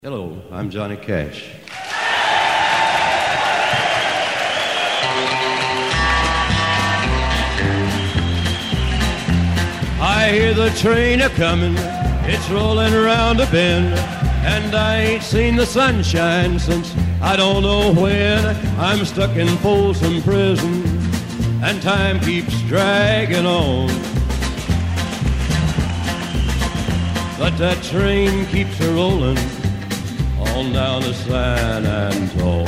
Hello, I'm Johnny Cash. I hear the train a-comin', it's rollin' around a bend, and I ain't seen the sunshine since I don't know when. I'm stuck in Folsom Prison, and time keeps dragging on. But that train keeps a-rollin' on down to San Antone.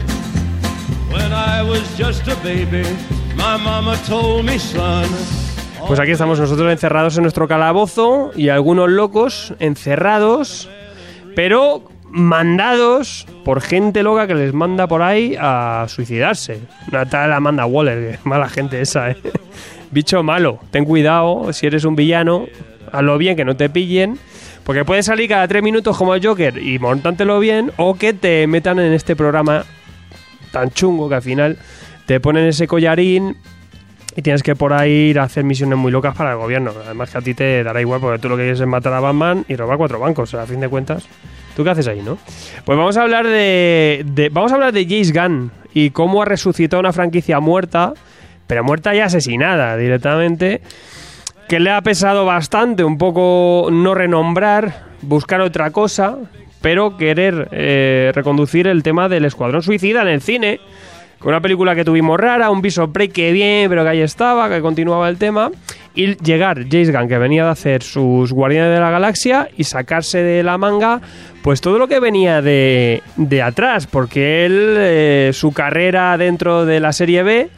When I was just a baby, my mama told me, son. Pues aquí estamos nosotros encerrados en nuestro calabozo y algunos locos encerrados, pero mandados por gente loca que les manda por ahí a suicidarse. Una tal Amanda Waller, que mala gente esa, Bicho malo, ten cuidado, si eres un villano, hazlo bien, que no te pillen. Porque puede salir cada 3 minutos como el Joker y montártelo bien, o que te metan en este programa tan chungo que al final te ponen ese collarín y tienes que por ahí ir a hacer misiones muy locas para el gobierno. Además que a ti te dará igual porque tú lo que quieres es matar a Batman y robar 4 bancos. O sea, a fin de cuentas, ¿tú qué haces ahí, no? Pues vamos a hablar de James Gunn y cómo ha resucitado una franquicia muerta, pero muerta y asesinada directamente, que le ha pesado bastante un poco no renombrar, buscar otra cosa, pero querer reconducir el tema del Escuadrón Suicida en el cine, con una película que tuvimos rara, un Viso Break que bien, pero que ahí estaba, que continuaba el tema, y llegar James Gunn, que venía de hacer sus Guardianes de la Galaxia, y sacarse de la manga pues todo lo que venía de atrás, porque él, su carrera dentro de la serie B,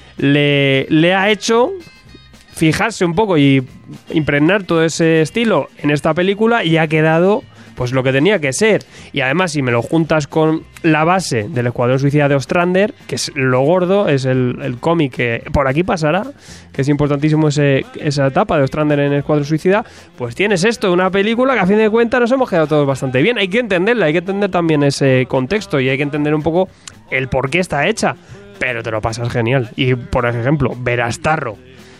le ha hecho fijarse un poco y impregnar todo ese estilo en esta película, y ha quedado pues lo que tenía que ser. Y además, si me lo juntas con la base del Escuadrón Suicida de Ostrander, que es lo gordo, es el cómic que por aquí pasará, que es importantísimo esa etapa de Ostrander en el Escuadrón Suicida, pues tienes esto, una película que a fin de cuentas nos hemos quedado todos bastante bien. Hay que entenderla, hay que entender también ese contexto y hay que entender un poco el por qué está hecha, pero te lo pasas genial. Y, por ejemplo, ver a Starro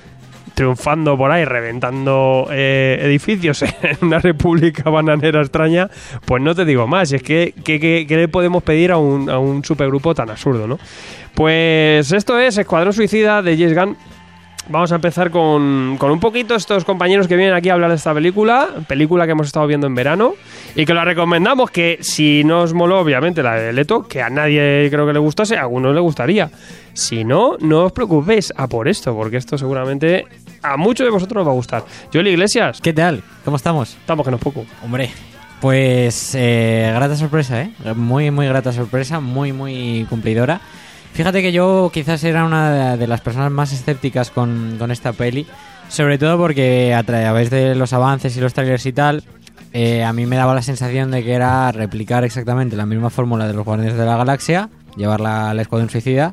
triunfando por ahí, reventando edificios en una república bananera extraña, pues no te digo más. Es que ¿qué le podemos pedir a un supergrupo tan absurdo, ¿no? Pues esto es Escuadrón Suicida de James Gunn. Vamos a empezar con un poquito estos compañeros que vienen aquí a hablar de esta película que hemos estado viendo en verano y que la recomendamos, que si no os moló, obviamente, la de Leto, que a nadie creo que le gustase, a algunos le gustaría. Si no, no os preocupéis a por esto, porque esto seguramente a muchos de vosotros os va a gustar. Joel Iglesias. ¿Qué tal? ¿Cómo estamos? Estamos que no es poco. Hombre, pues grata sorpresa, muy, muy grata sorpresa, muy, muy cumplidora. Fíjate que yo quizás era una de las personas más escépticas con esta peli, sobre todo porque a través de los avances y los trailers y tal, a mí me daba la sensación de que era replicar exactamente la misma fórmula de los Guardianes de la Galaxia, llevarla al Escuadrón Suicida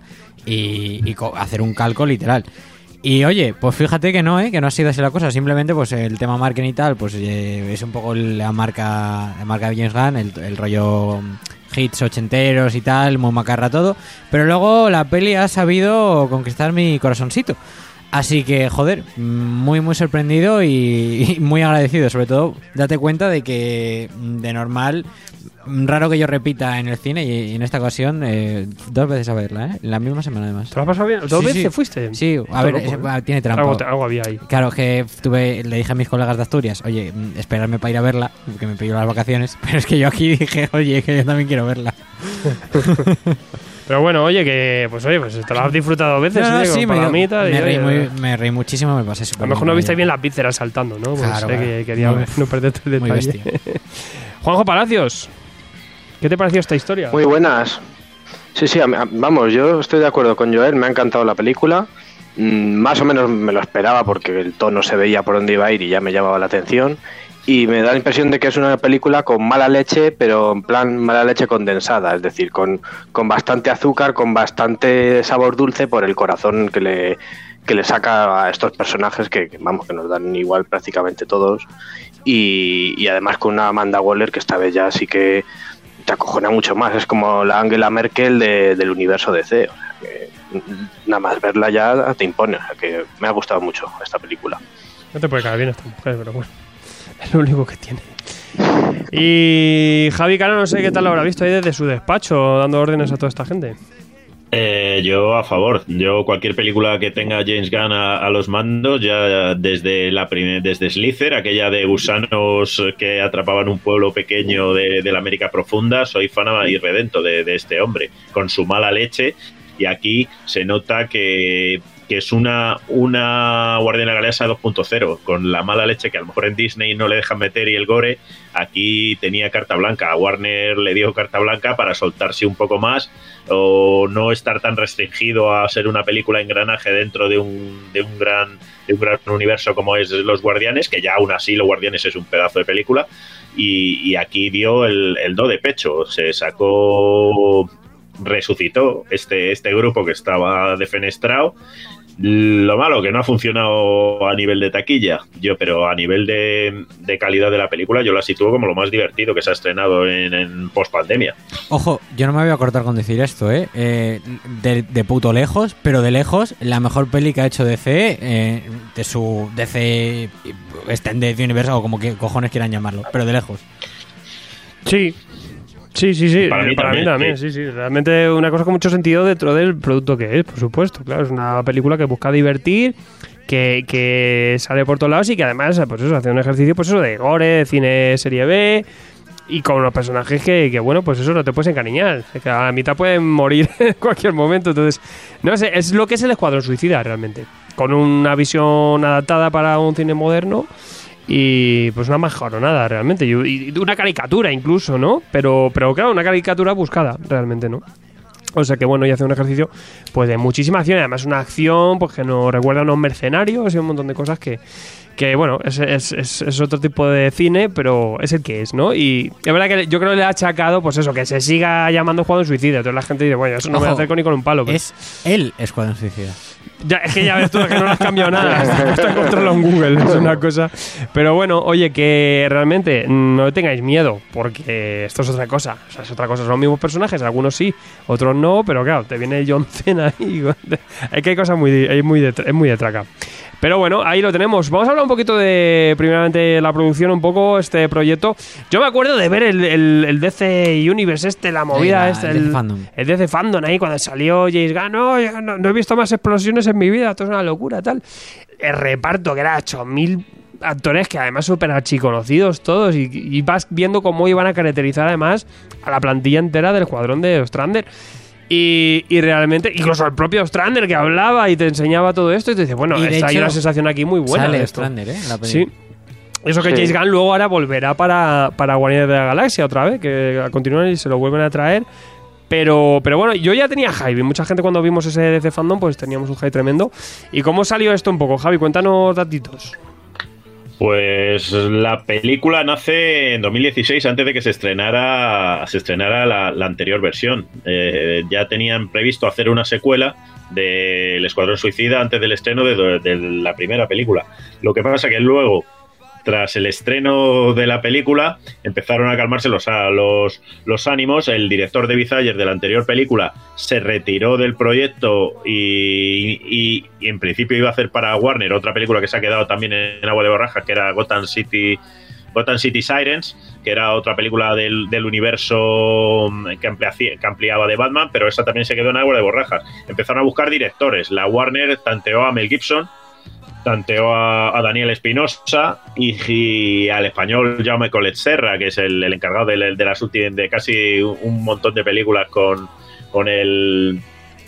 y hacer un calco literal. Y oye, pues fíjate que no ha sido así la cosa. Simplemente pues el tema marketing y tal, pues es un poco la marca de James Gunn, el rollo hits ochenteros y tal, muy macarra todo. Pero luego la peli ha sabido conquistar mi corazoncito. Así que, joder, muy muy sorprendido y muy agradecido. Sobre todo, date cuenta de que de normal, raro que yo repita en el cine y en esta ocasión 2 veces a verla, en la misma semana además. ¿Te lo has pasado bien? ¿2 veces sí. fuiste? Sí, a ver, tiene trampa. Algo había ahí. Claro, que le dije a mis colegas de Asturias, oye, esperarme para ir a verla, porque me pilló las vacaciones, pero es que yo aquí dije, oye, que yo también quiero verla. Pero bueno, oye, pues te lo has disfrutado 2 veces, no, sí, me reí muchísimo, me pasé súper. A lo mejor no viste bien las vísceras saltando, ¿no? Pues claro, que quería no perderte el detalle. Juanjo Palacios, ¿qué te pareció esta historia? Muy buenas. Sí, vamos, yo estoy de acuerdo con Joel, me ha encantado la película. Más o menos me lo esperaba porque el tono se veía por dónde iba a ir y ya me llamaba la atención. Y me da la impresión de que es una película con mala leche, pero en plan mala leche condensada, es decir, con bastante azúcar, con bastante sabor dulce por el corazón que le saca a estos personajes que nos dan igual prácticamente todos. Y además con una Amanda Waller que esta vez ya sí que te acojona mucho más, es como la Angela Merkel del universo DC, o sea, que nada más verla ya te impone, o sea, que me ha gustado mucho esta película. No te puede caer bien esta mujer, pero bueno, es lo único que tiene. Y Javi Cano, no sé qué tal lo habrá visto ahí desde su despacho, dando órdenes a toda esta gente. Yo a favor. Yo cualquier película que tenga James Gunn a los mandos, ya desde desde Slither, aquella de gusanos que atrapaban un pueblo pequeño de la América profunda, soy fan y redento de este hombre, con su mala leche. Y aquí se nota que es una Guardiana Galaxia 2.0, con la mala leche que a lo mejor en Disney no le dejan meter y el gore. Aquí tenía carta blanca, a Warner le dio carta blanca para soltarse un poco más o no estar tan restringido a ser una película engranaje dentro de un gran universo como es Los Guardianes, que ya aún así Los Guardianes es un pedazo de película, y aquí dio el do de pecho, se sacó, resucitó este grupo que estaba defenestrado. Lo malo que no ha funcionado a nivel de taquilla, pero a nivel de calidad de la película yo la sitúo como lo más divertido que se ha estrenado en post-pandemia. Ojo, yo no me voy a cortar con decir esto, de puto lejos, pero de lejos, la mejor peli que ha hecho DC, de su DC Extended Universe, o como que cojones quieran llamarlo, pero de lejos. Sí. Para mí también. Sí. Realmente una cosa con mucho sentido dentro del producto que es, por supuesto. Claro, es una película que busca divertir, que sale por todos lados y que además, pues eso, hace un ejercicio, pues eso, de gore, de cine serie B, y con unos personajes que bueno, pues eso, no te puedes encariñar. Que a la mitad pueden morir en cualquier momento. Entonces, no sé, es lo que es el Escuadrón Suicida realmente. Con una visión adaptada para un cine moderno. Y pues una majoronada realmente, y una caricatura incluso, ¿no? Pero claro, una caricatura buscada realmente, ¿no? O sea que bueno, y hace un ejercicio pues de muchísima acción, y además una acción pues que nos recuerda a unos mercenarios y un montón de cosas que bueno, es otro tipo de cine, pero es el que es, ¿no? Y es verdad que yo creo que le ha achacado, pues eso, que se siga llamando Escuadrón Suicida. Entonces la gente dice, bueno, eso no me acerco ni con un palo. Pero... Es el Escuadrón Suicida. Ya, es que ya ves tú que no le has cambiado nada. Está encontrarlo en Google, es una cosa. Pero bueno, oye, que realmente no tengáis miedo, porque esto es otra cosa. O sea, es otra cosa. Son los mismos personajes, algunos sí, otros no, pero claro, te viene John Cena ahí. Es que hay cosas muy de traca. Pero bueno, ahí lo tenemos. Vamos a hablar un poquito de, primeramente, la producción, un poco, este proyecto. Yo me acuerdo de ver el DC Universe la movida el DC Fandom ahí, cuando salió James Gunn. No he visto más explosiones en mi vida, esto es una locura, tal. El reparto, que era 8.000 actores, que además súper archiconocidos todos, y vas viendo cómo iban a caracterizar además a la plantilla entera del Escuadrón de Ostrander. Y realmente, incluso el propio Ostrander que hablaba y te enseñaba todo esto, y te dices, bueno, hay una sensación aquí muy buena. Sale de esto. Ostrander, la película. Sí. Eso que James Gunn luego ahora volverá para Guardianes de la Galaxia otra vez, que continúan y se lo vuelven a traer. Pero bueno, yo ya tenía hype, y mucha gente cuando vimos ese DC Fandom pues teníamos un hype tremendo. ¿Y cómo salió esto un poco, Javi? Cuéntanos datitos. Pues la película nace en 2016, antes de que se estrenara la anterior versión. Ya tenían previsto hacer una secuela del Escuadrón Suicida antes del estreno de la primera película. Lo que pasa que luego, tras el estreno de la película, empezaron a calmarse los ánimos. El director David Ayer de la anterior película se retiró del proyecto y en principio iba a hacer para Warner otra película que se ha quedado también en agua de borrajas, que era Gotham City Sirens, que era otra película del universo que ampliaba de Batman, pero esa también se quedó en agua de borrajas. Empezaron a buscar directores. La Warner tanteó a Mel Gibson, tanteó a Daniel Espinosa y al español Jaume Collet Serra, que es el encargado de casi un montón de películas con el...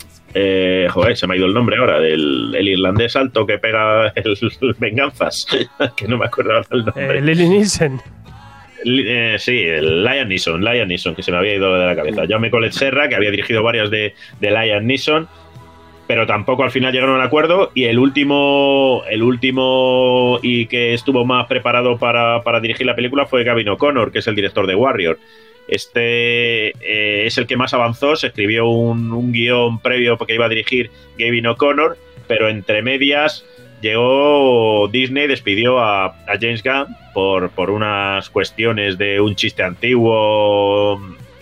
se me ha ido el nombre ahora, el irlandés alto que pega el Venganzas, que no me acuerdo ahora el nombre. Liam Neeson. Sí, Liam Neeson, que se me había ido de la cabeza. Jaume Collet Serra, que había dirigido varias de Liam Neeson, pero tampoco al final llegaron a un acuerdo, y el último y que estuvo más preparado para dirigir la película fue Gavin O'Connor, que es el director de Warrior. Este es el que más avanzó. Se escribió un guión previo porque iba a dirigir Gavin O'Connor, pero entre medias llegó Disney, despidió a James Gunn por unas cuestiones de un chiste antiguo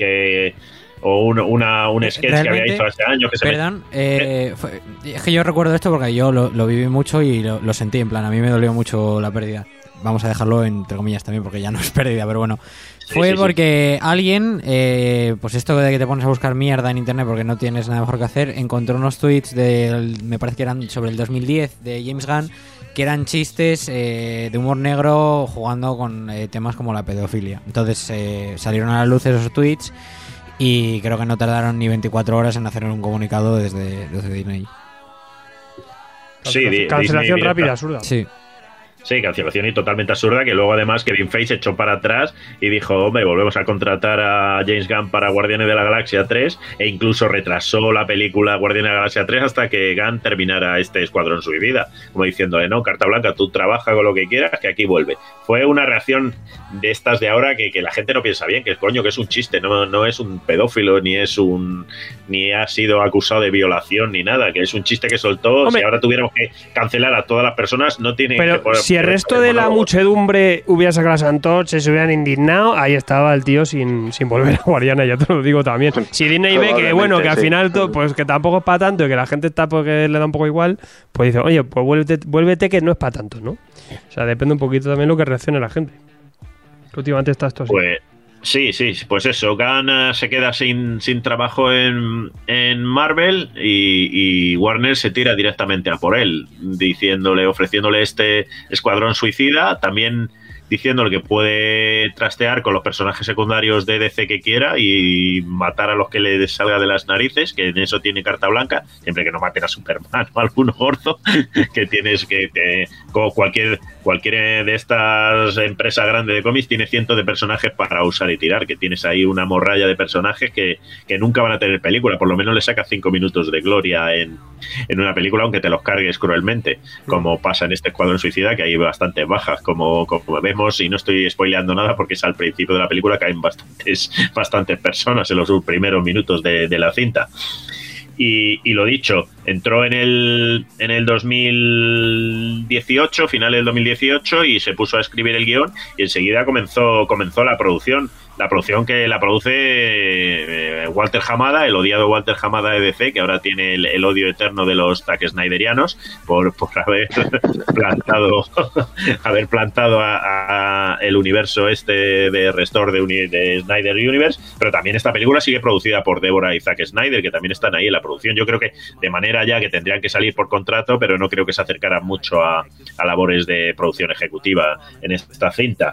o un sketch que había hecho hace años. Perdón, es que yo recuerdo esto porque yo lo viví mucho y lo sentí, en plan, a mí me dolió mucho la pérdida. vamos a dejarlo entre comillas también porque ya no es pérdida, pero bueno, fue porque alguien, pues esto de que te pones a buscar mierda en internet porque no tienes nada mejor que hacer, encontró unos tweets me parece que eran sobre el 2010 de James Gunn, que eran chistes de humor negro jugando con temas como la pedofilia. Entonces salieron a la luz esos tweets y creo que no tardaron ni 24 horas en hacer un comunicado desde Disney. Sí, cancelación rápida, absurda. Sí. Sí, cancelación y totalmente absurda, que luego además Kevin Feige echó para atrás y dijo, hombre, volvemos a contratar a James Gunn para Guardianes de la Galaxia 3 e incluso retrasó la película Guardianes de la Galaxia 3 hasta que Gunn terminara este Escuadrón Suicida, como diciéndole, no, carta blanca, tú trabaja con lo que quieras, que aquí vuelve. Fue una reacción de estas de ahora que la gente no piensa bien, que coño, que es un chiste, no es un pedófilo, ni ha sido acusado de violación ni nada, que es un chiste que soltó. Hombre, si ahora tuviéramos que cancelar a todas las personas, no tiene pero que si el resto de la muchedumbre hubiera sacado las antorchas, se hubieran indignado, ahí estaba el tío sin volver a Guardiana, ya te lo digo también. Si Disney ve que bueno, que al final pues que tampoco es para tanto y que la gente está porque le da un poco igual, pues dice, oye, pues vuélvete que no es para tanto, ¿no? O sea, depende un poquito también lo que reaccione la gente. Últimamente está esto así. Pues sí, pues eso, Gunn se queda sin trabajo en Marvel y Warner se tira directamente a por él, ofreciéndole este Escuadrón Suicida, también diciéndole que puede trastear con los personajes secundarios de DC que quiera y matar a los que le salga de las narices, que en eso tiene carta blanca, siempre que no maten a Superman o alguno gordo, que tienes que como cualquier de estas empresas grandes de cómics tiene cientos de personajes para usar y tirar, que tienes ahí una morralla de personajes que nunca van a tener película, por lo menos le sacas 5 minutos de gloria en una película, aunque te los cargues cruelmente, como pasa en este Escuadrón Suicida, que hay bastantes bajas, como vemos, y no estoy spoileando nada porque es al principio de la película, caen bastantes personas en los primeros minutos de la cinta. Y lo dicho, entró en el 2018, finales del 2018, y se puso a escribir el guión y enseguida comenzó la producción. La producción que la produce Walter Hamada, el odiado Walter Hamada de DC, que ahora tiene el odio eterno de los Zack Snyderianos por haber plantado a el universo este de Restore de Snyder Universe, pero también esta película sigue producida por Deborah y Zack Snyder, que también están ahí en la producción. Yo creo que de manera ya que tendrían que salir por contrato, pero no creo que se acercaran mucho a labores de producción ejecutiva en esta cinta.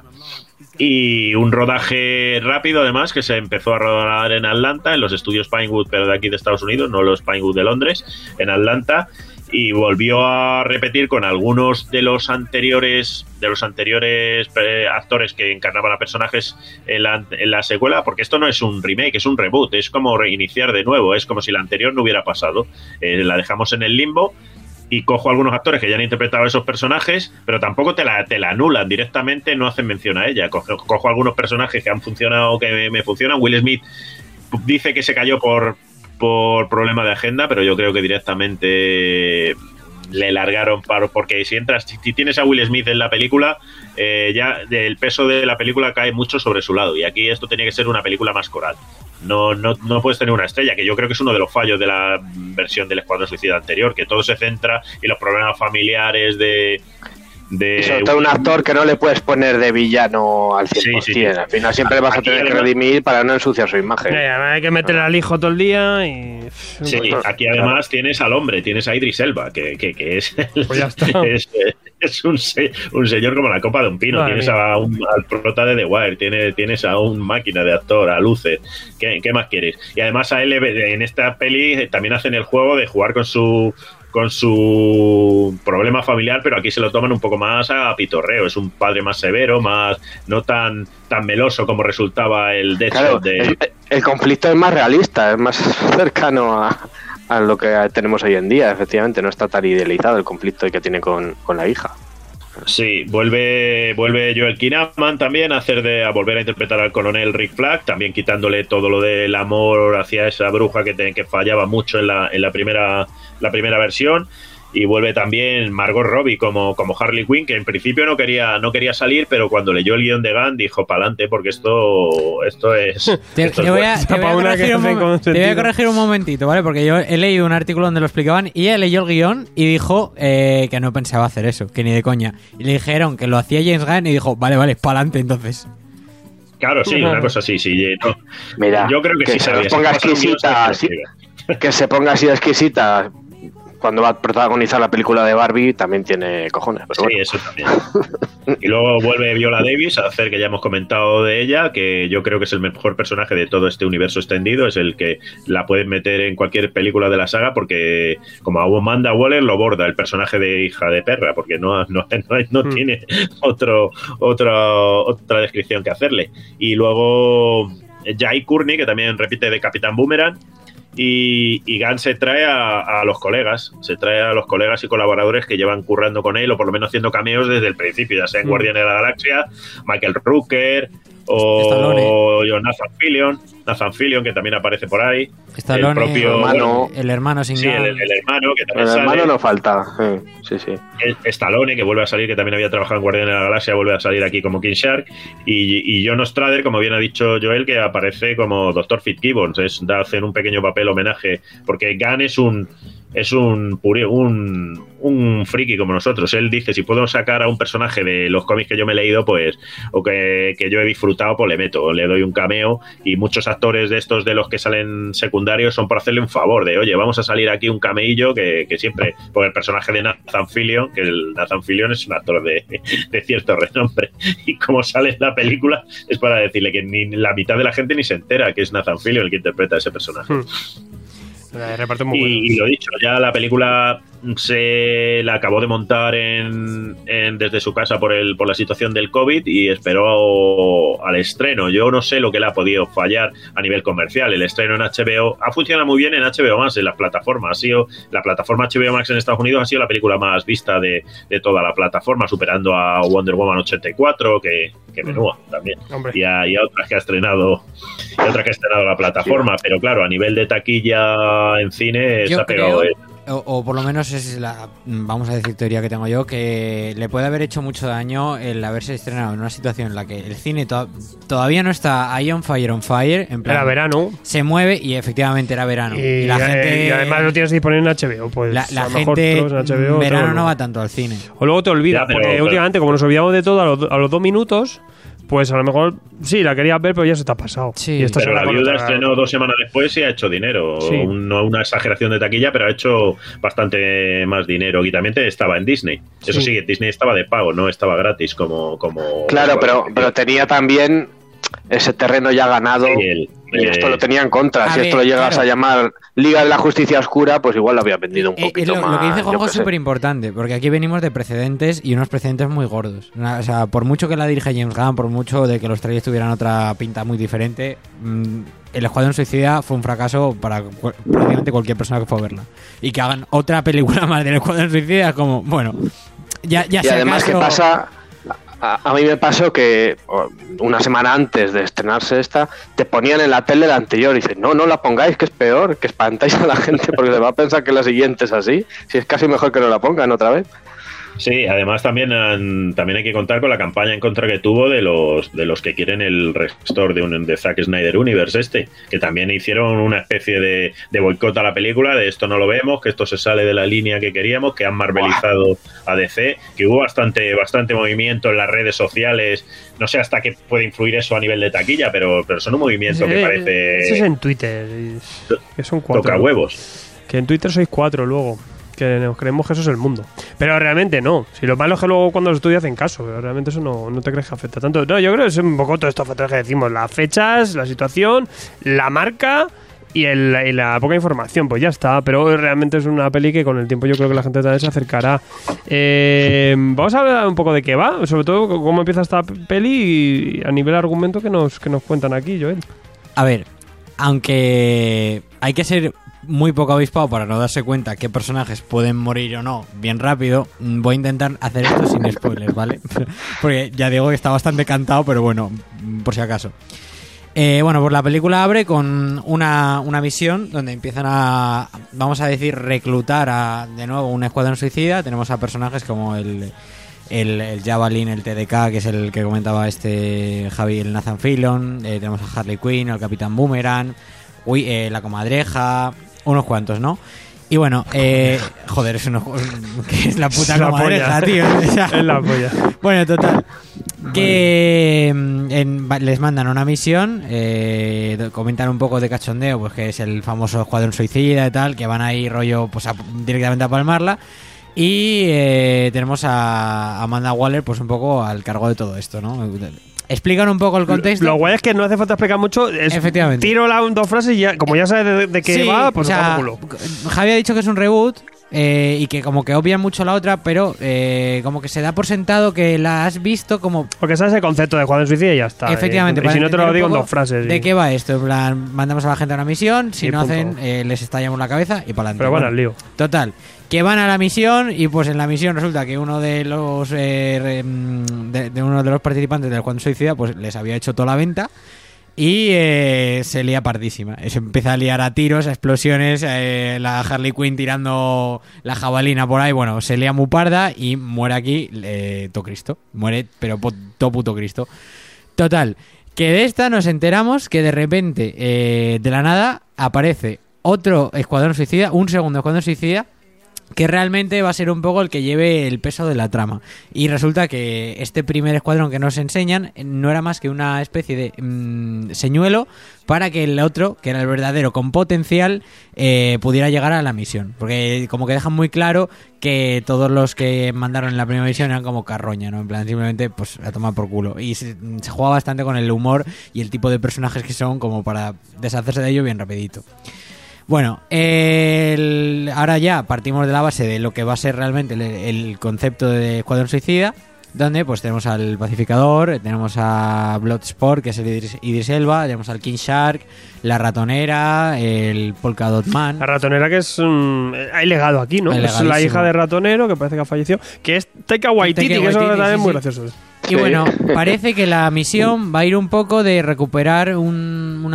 Y un rodaje rápido, además, que se empezó a rodar en Atlanta, en los estudios Pinewood, pero de aquí de Estados Unidos, no los Pinewood de Londres, en Atlanta, y volvió a repetir con algunos de los anteriores actores que encarnaban a personajes en la secuela, porque esto no es un remake, es un reboot, es como reiniciar de nuevo, es como si la anterior no hubiera pasado. La dejamos en el limbo y cojo algunos actores que ya han interpretado a esos personajes, pero tampoco te la anulan directamente, no hacen mención a ella. Cojo algunos personajes que han funcionado, que me funcionan. Will Smith dice que se cayó por problema de agenda, pero yo creo que directamente le largaron porque si tienes a Will Smith en la película, ya el peso de la película cae mucho sobre su lado, y aquí esto tenía que ser una película más coral. No puedes tener una estrella, que yo creo que es uno de los fallos de la versión del Escuadrón Suicida anterior, que todo se centra en los problemas familiares de y sobre todo un actor que no le puedes poner de villano al 100%. Sí. Al final siempre vas a tener que redimir para no ensuciar su imagen. Hay que meter al hijo todo el día y... Sí, aquí además tienes al hombre, tienes a Idris Elba, que es, pues ya está. es un señor como la copa de un pino. Vale. Tienes al prota de The Wire, tienes a un máquina de actor, a luces. ¿Qué más quieres? Y además a él en esta peli también hacen el juego de jugar con su problema familiar, pero aquí se lo toman un poco más a pitorreo. Es un padre más severo, más no tan meloso como resultaba el Deadshot. Claro, el conflicto es más realista, es más cercano a lo que tenemos hoy en día. Efectivamente, no está tan idealizado el conflicto que tiene con la hija. Sí, vuelve Joel Kinnaman también a volver a interpretar al coronel Rick Flag, también quitándole todo lo del amor hacia esa bruja que fallaba mucho en la primera versión. Y vuelve también Margot Robbie como Harley Quinn, que en principio no quería salir, pero cuando leyó el guión de Gunn dijo pa'lante, porque esto es... Te voy a corregir un momentito, ¿vale? Porque yo he leído un artículo donde lo explicaban y ella leyó el guión y dijo que no pensaba hacer eso, que ni de coña. Y le dijeron que lo hacía James Gunn y dijo, vale, pa'lante entonces. Claro, sí, una cosa así, sí. No. Mira, yo creo que sí se ponga exquisita, que se ponga así exquisita cuando va a protagonizar la película de Barbie, también tiene cojones. Pero sí, bueno. eso también. Y luego vuelve Viola Davis a hacer, que ya hemos comentado de ella, que yo creo que es el mejor personaje de todo este universo extendido, es el que la pueden meter en cualquier película de la saga, porque como Amanda Waller lo borda el personaje de hija de perra, porque no tiene otra descripción que hacerle. Y luego Jai Courtney, que también repite de Capitán Boomerang. Y Gunn se trae a los colegas, y colaboradores que llevan currando con él, o por lo menos haciendo cameos desde el principio, ya sea en Guardianes de la Galaxia, Michael Rooker o Nathan Fillion, que también aparece por ahí. Stallone, el propio hermano. El hermano sin sí, el hermano, que también el hermano sale. no falta. Sí. Stallone, que vuelve a salir, que también había trabajado en Guardianes de la Galaxia, vuelve a salir aquí como King Shark. Y John Ostrander, como bien ha dicho Joel, que aparece como Dr. Fitzgibbons. Hacen un pequeño papel homenaje, porque Gunn es un friki como nosotros. Él dice, si puedo sacar a un personaje de los cómics que yo me he leído, pues, o que yo he disfrutado, pues le meto, le doy un cameo. Y muchos actores de estos de los que salen secundarios son por hacerle un favor de, oye, vamos a salir aquí un cameillo que siempre, por el personaje de Nathan Fillion, que el Nathan Fillion es un actor de cierto renombre, y como sale en la película es para decirle que ni la mitad de la gente ni se entera que es Nathan Fillion el que interpreta a ese personaje. Y lo dicho, ya la película se la acabó de montar desde su casa por la situación del COVID y esperó al estreno. Yo no sé lo que le ha podido fallar a nivel comercial. El estreno en HBO ha funcionado muy bien en HBO Max, en las plataformas. La plataforma HBO Max en Estados Unidos ha sido la película más vista de toda la plataforma, superando a Wonder Woman 84, que menúa también. Y a otras que ha estrenado la plataforma. Pero claro, a nivel de taquilla en cine se ha pegado. O por lo menos es la, vamos a decir, teoría que tengo yo, que le puede haber hecho mucho daño el haberse estrenado en una situación en la que el cine todavía no está ahí on fire, en plan, era verano, se mueve y efectivamente era verano y la gente, y además lo tienes disponible en HBO, pues la a lo gente mejor en HBO, verano no va tanto al cine, o luego te olvidas, porque últimamente como nos olvidamos de todo a los 2 minutos, pues a lo mejor sí, la querías ver, pero ya se te ha pasado. Sí. Pero La Viuda estrenó 2 semanas después y ha hecho dinero. Sí. No una exageración de taquilla, pero ha hecho bastante más dinero. Y también estaba en Disney. Eso sí, Disney estaba de pago, no estaba gratis como claro, pero tenía también ese terreno ya ganado. Sí, y esto lo tenía en contra. Si esto lo llegas a llamar Liga de la Justicia Oscura, pues igual lo había vendido un poquito más. Lo que dice Juanjo es súper importante, porque aquí venimos de precedentes y unos precedentes muy gordos. O sea, por mucho que la dirija James Gunn, por mucho de que los trailers tuvieran otra pinta muy diferente, El Escuadrón Suicida fue un fracaso para prácticamente cualquier persona que fue a verla. Y que hagan otra película más del Escuadrón Suicida, como, bueno, ya y además, ¿qué pasa? A mí me pasó que una semana antes de estrenarse esta, te ponían en la tele la anterior y dicen, no la pongáis, que es peor, que espantáis a la gente porque se va a pensar que la siguiente es así. Si es casi mejor que no la pongan otra vez. Sí, además también hay que contar con la campaña en contra que tuvo de los que quieren el restore de Zack Snyder Universe que también hicieron una especie de boicot a la película, de esto no lo vemos, que esto se sale de la línea que queríamos, que han marvelizado a DC, que hubo bastante movimiento en las redes sociales. No sé hasta qué puede influir eso a nivel de taquilla, pero son un movimiento que parece... Eso es en Twitter, que son 4. Toca huevos. Que en Twitter sois 4 luego. Que nos creemos que eso es el mundo. Pero realmente no. Si lo malo es que luego cuando los estudias hacen caso. Pero realmente eso no te crees que afecta tanto. No, yo creo que es un poco todo estos factores que decimos. Las fechas, la situación, la marca y la poca información. Pues ya está. Pero realmente es una peli que con el tiempo yo creo que la gente también se acercará. Vamos a hablar un poco de qué va. Sobre todo cómo empieza esta peli y a nivel argumento que nos cuentan aquí, Joel. A ver, aunque hay que ser muy poco avispado para no darse cuenta qué personajes pueden morir o no bien rápido, voy a intentar hacer esto sin spoilers, ¿vale? Porque ya digo que está bastante cantado, pero bueno, por si acaso. Bueno, pues la película abre con una misión donde empiezan a, vamos a decir, reclutar de nuevo un escuadrón suicida. Tenemos a personajes como el Javelin, el TDK, que es el que comentaba Javi, el Nathan Fillion. Tenemos a Harley Quinn, el Capitán Boomerang, la Comadreja, unos cuantos, ¿no? Y bueno, joder, que es la puta Comadreja, tío. O sea, Es la polla. bueno, total. Que les mandan una misión, comentan un poco de cachondeo, pues que es el famoso escuadrón suicida y tal, que van ahí rollo pues directamente a palmarla. Y tenemos a Amanda Waller pues un poco al cargo de todo esto, ¿no? Explican un poco el contexto. Lo guay es que no hace falta explicar mucho. Efectivamente. Tiro dos frases y ya, como ya sabes de qué Sí, va, pues o sea, culo. Javi ha dicho que es un reboot y que como que obvian mucho la otra, pero como que se da por sentado que la has visto como... Porque sabes el concepto de Escuadrón Suicida y ya está. Efectivamente. Y si no te lo entender digo un en poco dos frases. ¿De qué va esto? En plan, mandamos a la gente a una misión, si Y no punto. hacen, les estallamos la cabeza y para adelante. Pero van al lío. Total, que van a la misión y pues en la misión resulta que uno de los uno de los participantes del Escuadrón Suicida pues les había hecho toda la venta y se lía pardísima. Se empieza a liar a tiros, a explosiones, la Harley Quinn tirando la jabalina por ahí. Bueno, se lía muy parda y muere aquí todo Cristo. Muere, pero todo puto Cristo. Total, que de esta nos enteramos que de repente, de la nada, aparece otro Escuadrón Suicida, un segundo Escuadrón Suicida, que realmente va a ser un poco el que lleve el peso de la trama. Y resulta que este primer escuadrón que nos enseñan no era más que una especie de señuelo para que el otro, que era el verdadero con potencial, pudiera llegar a la misión. Porque como que dejan muy claro que todos los que mandaron en la primera misión eran como carroña, ¿no? En plan, simplemente pues a tomar por culo. Y se juega bastante con el humor y el tipo de personajes que son como para deshacerse de ello bien rapidito. Bueno, ahora ya partimos de la base de lo que va a ser realmente el concepto de Escuadrón Suicida, donde pues tenemos al Pacificador, tenemos a Bloodsport, que es el Idris Elba, tenemos al King Shark, la Ratonera, el Polka Dot Man. La Ratonera, que es hay legado aquí, ¿no? Es la hija de Ratonero, que parece que ha fallecido, que es Taika Waititi, que eso también es muy gracioso. Y bueno, parece que la misión va a ir un poco de recuperar una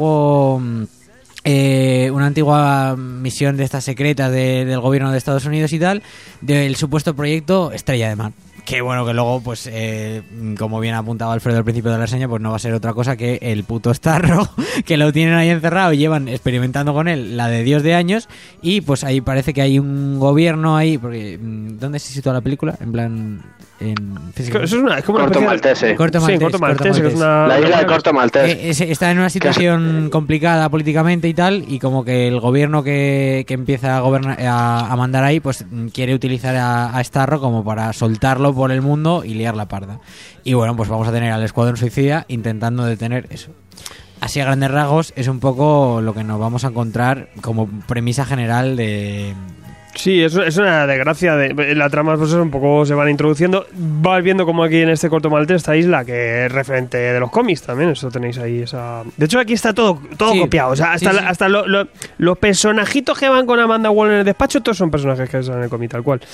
antigua misión de estas secretas del gobierno de Estados Unidos y tal, del supuesto proyecto Estrella de Mar. Que bueno, que luego, pues, como bien apuntaba Alfredo al principio de la reseña, pues no va a ser otra cosa que el puto Starro, que lo tienen ahí encerrado y llevan experimentando con él la de Dios de años. Y pues ahí parece que hay un gobierno ahí, porque ¿dónde se sitúa la película? En plan... Es como Corto Maltese. Corto Maltese, que es una... La isla de Corto Maltese. Está en una situación complicada políticamente y tal, y como que el gobierno que empieza a gobernar, a mandar ahí, pues quiere utilizar a Starro como para soltarlo por el mundo y liar la parda. Y bueno, pues vamos a tener al Escuadrón Suicida intentando detener eso. Así a grandes rasgos es un poco lo que nos vamos a encontrar como premisa general de... Sí, es una desgracia. La trama pues un poco se van introduciendo. Vas viendo como aquí en este Corto Maltés, esta isla, que es referente de los cómics también. Eso tenéis ahí esa... De hecho, aquí está todo sí, copiado. O sea, hasta los personajitos que van con Amanda Waller en el despacho, todos son personajes que salen en el cómic, tal cual.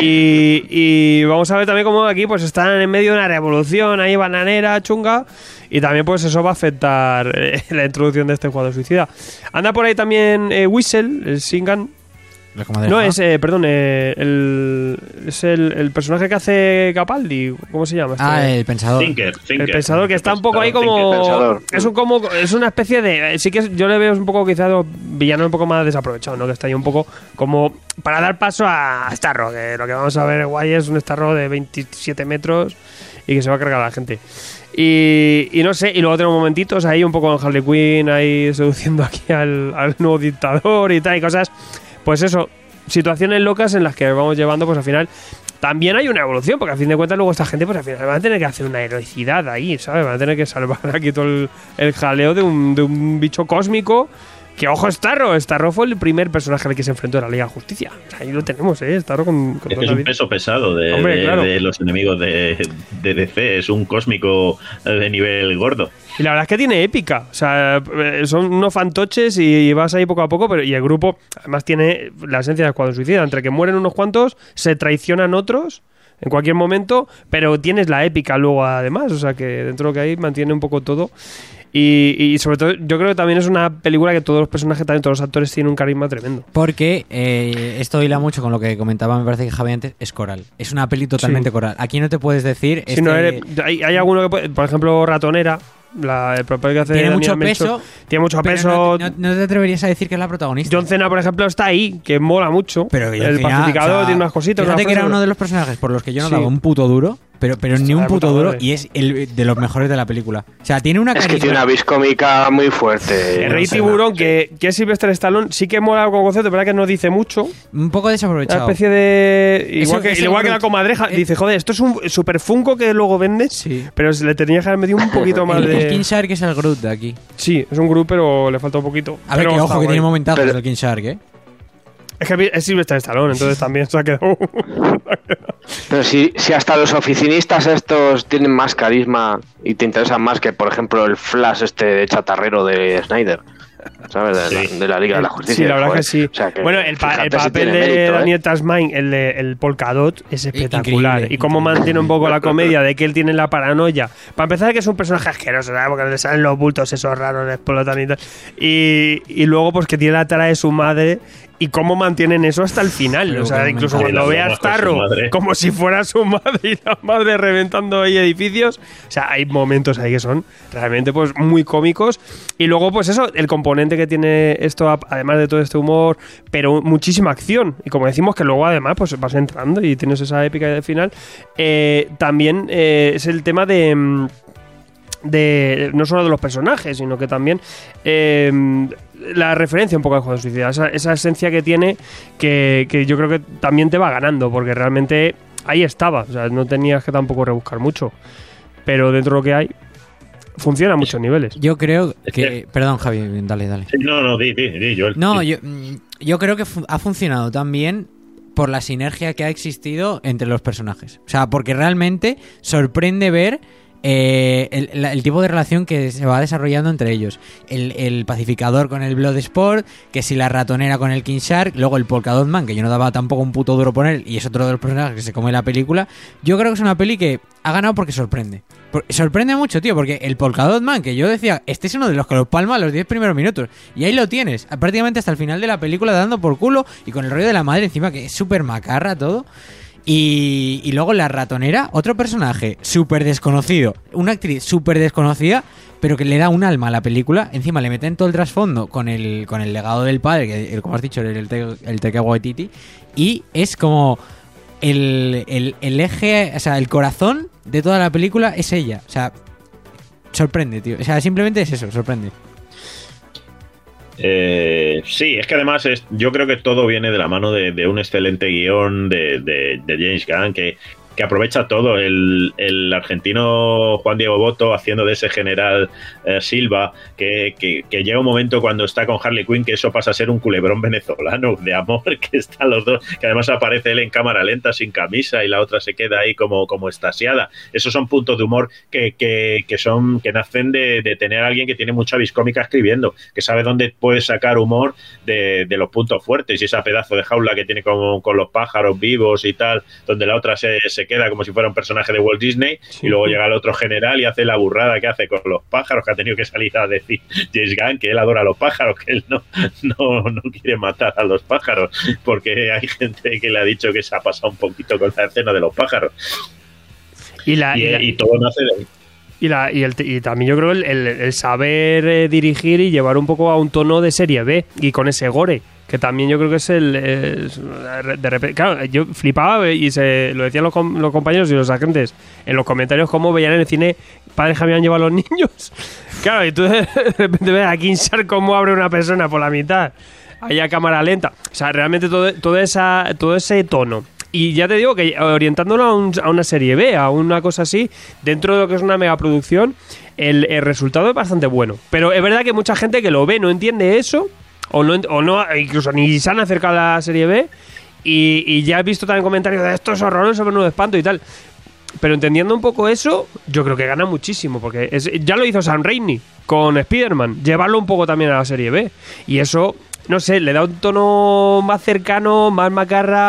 Y vamos a ver también cómo aquí pues están en medio de una revolución ahí bananera, chunga. Y también pues eso va a afectar la introducción de este Escuadrón Suicida. Anda por ahí también Whistle, el Singan. No, es, perdón, es el personaje que hace Capaldi. ¿Cómo se llama? El Pensador. Thinker. El Pensador, que está un poco ahí como... Es una especie de... Sí que yo le veo un poco quizás villano un poco más desaprovechado, ¿no? Que está ahí un poco como para dar paso a Starro, que lo que vamos a ver guay es un Starro de 27 metros y que se va a cargar a la gente. Y no sé, y luego tenemos momentitos ahí un poco con Harley Quinn ahí seduciendo aquí al nuevo dictador y tal, y cosas... Pues eso, situaciones locas en las que vamos llevando, pues al final también hay una evolución, porque al fin de cuentas luego esta gente pues al final van a tener que hacer una heroicidad ahí, ¿sabes? Van a tener que salvar aquí todo el jaleo de un bicho cósmico. Que ojo, Starro fue el primer personaje al que se enfrentó en la Liga de Justicia. Ahí lo tenemos, Starro con es que es un peso pesado de los enemigos de DC. Es un cósmico de nivel gordo. Y la verdad es que tiene épica. O sea, son unos fantoches y vas ahí poco a poco, y el grupo además tiene la esencia de Escuadrón Suicida. Entre que mueren unos cuantos, se traicionan otros en cualquier momento, pero tienes la épica luego además. O sea, que dentro de lo que hay mantiene un poco todo. Y sobre todo, yo creo que también es una película que todos los personajes, también todos los actores tienen un carisma tremendo. Porque esto hila mucho con lo que comentaba, me parece que Javi antes, es coral. Es una peli totalmente coral. Aquí no te puedes decir... Si no hay alguno que puede, por ejemplo, Ratonera, el papel que hace tiene mucho Daniel peso. Melchor, tiene mucho pero peso. No te atreverías a decir que es la protagonista. John Cena, por ejemplo, está ahí, que mola mucho. Pero el pacificador, tiene unas cositas. Fíjate que era uno de los personajes por los que yo no Sí. daba un puto duro, pero ni un puto duro, madre. y es el de los mejores de la película. O sea, tiene una Es que carisma. tiene una vis cómica muy fuerte. El Rey no sé, Tiburón, sí. que es Sylvester Stallone, sí que mola como concepto, pero es que no dice mucho. Un poco Una desaprovechado. especie de. Ese Igual que la Groot. comadreja. Dice, joder, esto es un super Funko que luego vendes. Sí. Pero se le tenía que haber metido un poquito más El de. King Shark es el Groot de aquí. Sí, es un grupo, pero le falta un poquito. A ver, Pero que está ojo que guay. tiene momentazos Pero- el King Shark, ¿eh? Es que es Sylvester Stallone, entonces también se ha quedado. Pero si hasta los oficinistas estos tienen más carisma y te interesan más que, por ejemplo, el Flash de chatarrero de Snyder, ¿sabes? De la Liga de la Justicia. Sí, la verdad joder. que sí. O sea, que Bueno, el fíjate si papel tiene de mérito, ¿eh? Daniel Tasman, el Polkadot, es espectacular. Increíble, Y cómo increíble. mantiene un poco la comedia de que él tiene la paranoia. Para empezar, que es un personaje asqueroso, ¿sabes? Porque le salen los bultos esos raros, le explotan y tal. Y luego, pues que tiene la cara de su madre. Y cómo mantienen eso hasta el final. Pero O sea, cómo incluso mantienen cuando las ve a bromas con su Starro madre. como si fuera su madre y la madre reventando ahí edificios. O sea, hay momentos ahí que son realmente pues muy cómicos. Y luego, pues eso, el componente que tiene esto, además de todo este humor, pero muchísima acción. Y como decimos, que luego además pues vas entrando y tienes esa épica de final. También es el tema de no solo de los personajes, sino que también la referencia un poco al juego de suicida, esa esencia que tiene que yo creo que también te va ganando, porque realmente ahí estaba, o sea, no tenías que tampoco rebuscar mucho, pero dentro de lo que hay funciona a muchos niveles. Yo creo Es que... que- Perdón, Javi, dale. Sí, no, di, Joel. No, Sí. yo creo que ha funcionado también por la sinergia que ha existido entre los personajes. O sea, porque realmente sorprende ver el tipo de relación que se va desarrollando entre ellos. El pacificador con el Bloodsport, que si la ratonera con el King Shark, luego el Polkadot Man, que yo no daba tampoco un puto duro por él, y es otro de los personajes que se come la película. Yo creo que es una peli que ha ganado porque sorprende. Sorprende mucho, tío, porque el Polkadot Man, que yo decía, este es uno de los que lo palma a los 10 primeros minutos. Y ahí lo tienes, prácticamente hasta el final de la película dando por culo y con el rollo de la madre encima, que es súper macarra todo. Y luego la ratonera, otro personaje súper desconocido, una actriz súper desconocida, pero que le da un alma a la película. Encima le meten todo el trasfondo con el legado del padre, que como has dicho, el Taika Waititi. Y es como el eje, o sea, el corazón de toda la película es ella. O sea, sorprende, tío. O sea, simplemente es eso, sorprende. Sí, es que además yo creo que todo viene de la mano de un excelente guión de James Gunn que aprovecha todo. El argentino Juan Diego Botto haciendo de ese general Silva, que llega un momento cuando está con Harley Quinn que eso pasa a ser un culebrón venezolano de amor, que están los dos, que además aparece él en cámara lenta sin camisa y la otra se queda ahí como estasiada. Esos son puntos de humor que nacen de tener a alguien que tiene mucha viscómica escribiendo, que sabe dónde puede sacar humor de los puntos fuertes, y esa pedazo de jaula que tiene con los pájaros vivos y tal, donde la otra se queda como si fuera un personaje de Walt Disney, y luego llega el otro general y hace la burrada que hace con los pájaros, que ha tenido que salir a decir James Gunn que él adora a los pájaros, que él no quiere matar a los pájaros, porque hay gente que le ha dicho que se ha pasado un poquito con la escena de los pájaros. Y todo nace de ahí. Y también yo creo el saber dirigir y llevar un poco a un tono de serie B, y con ese gore, que también yo creo que es de repente, claro, yo flipaba y lo decían los compañeros y los agentes en los comentarios, cómo veían en el cine padres que habían llevado a los niños. Claro, y tú de repente ves a King Shark cómo abre una persona por la mitad, ahí a cámara lenta. O sea, realmente todo ese tono. Y ya te digo que orientándolo a una serie B, a una cosa así, dentro de lo que es una megaproducción, el resultado es bastante bueno. Pero es verdad que mucha gente que lo ve no entiende eso, o no incluso ni se han acercado a la serie B, y ya he visto también comentarios de esto es horroroso, menudo espanto y tal. Pero entendiendo un poco eso, yo creo que gana muchísimo, porque ya lo hizo Sam Raimi con Spider-Man, llevarlo un poco también a la serie B. Y eso, no sé, le da un tono más cercano, más macarra,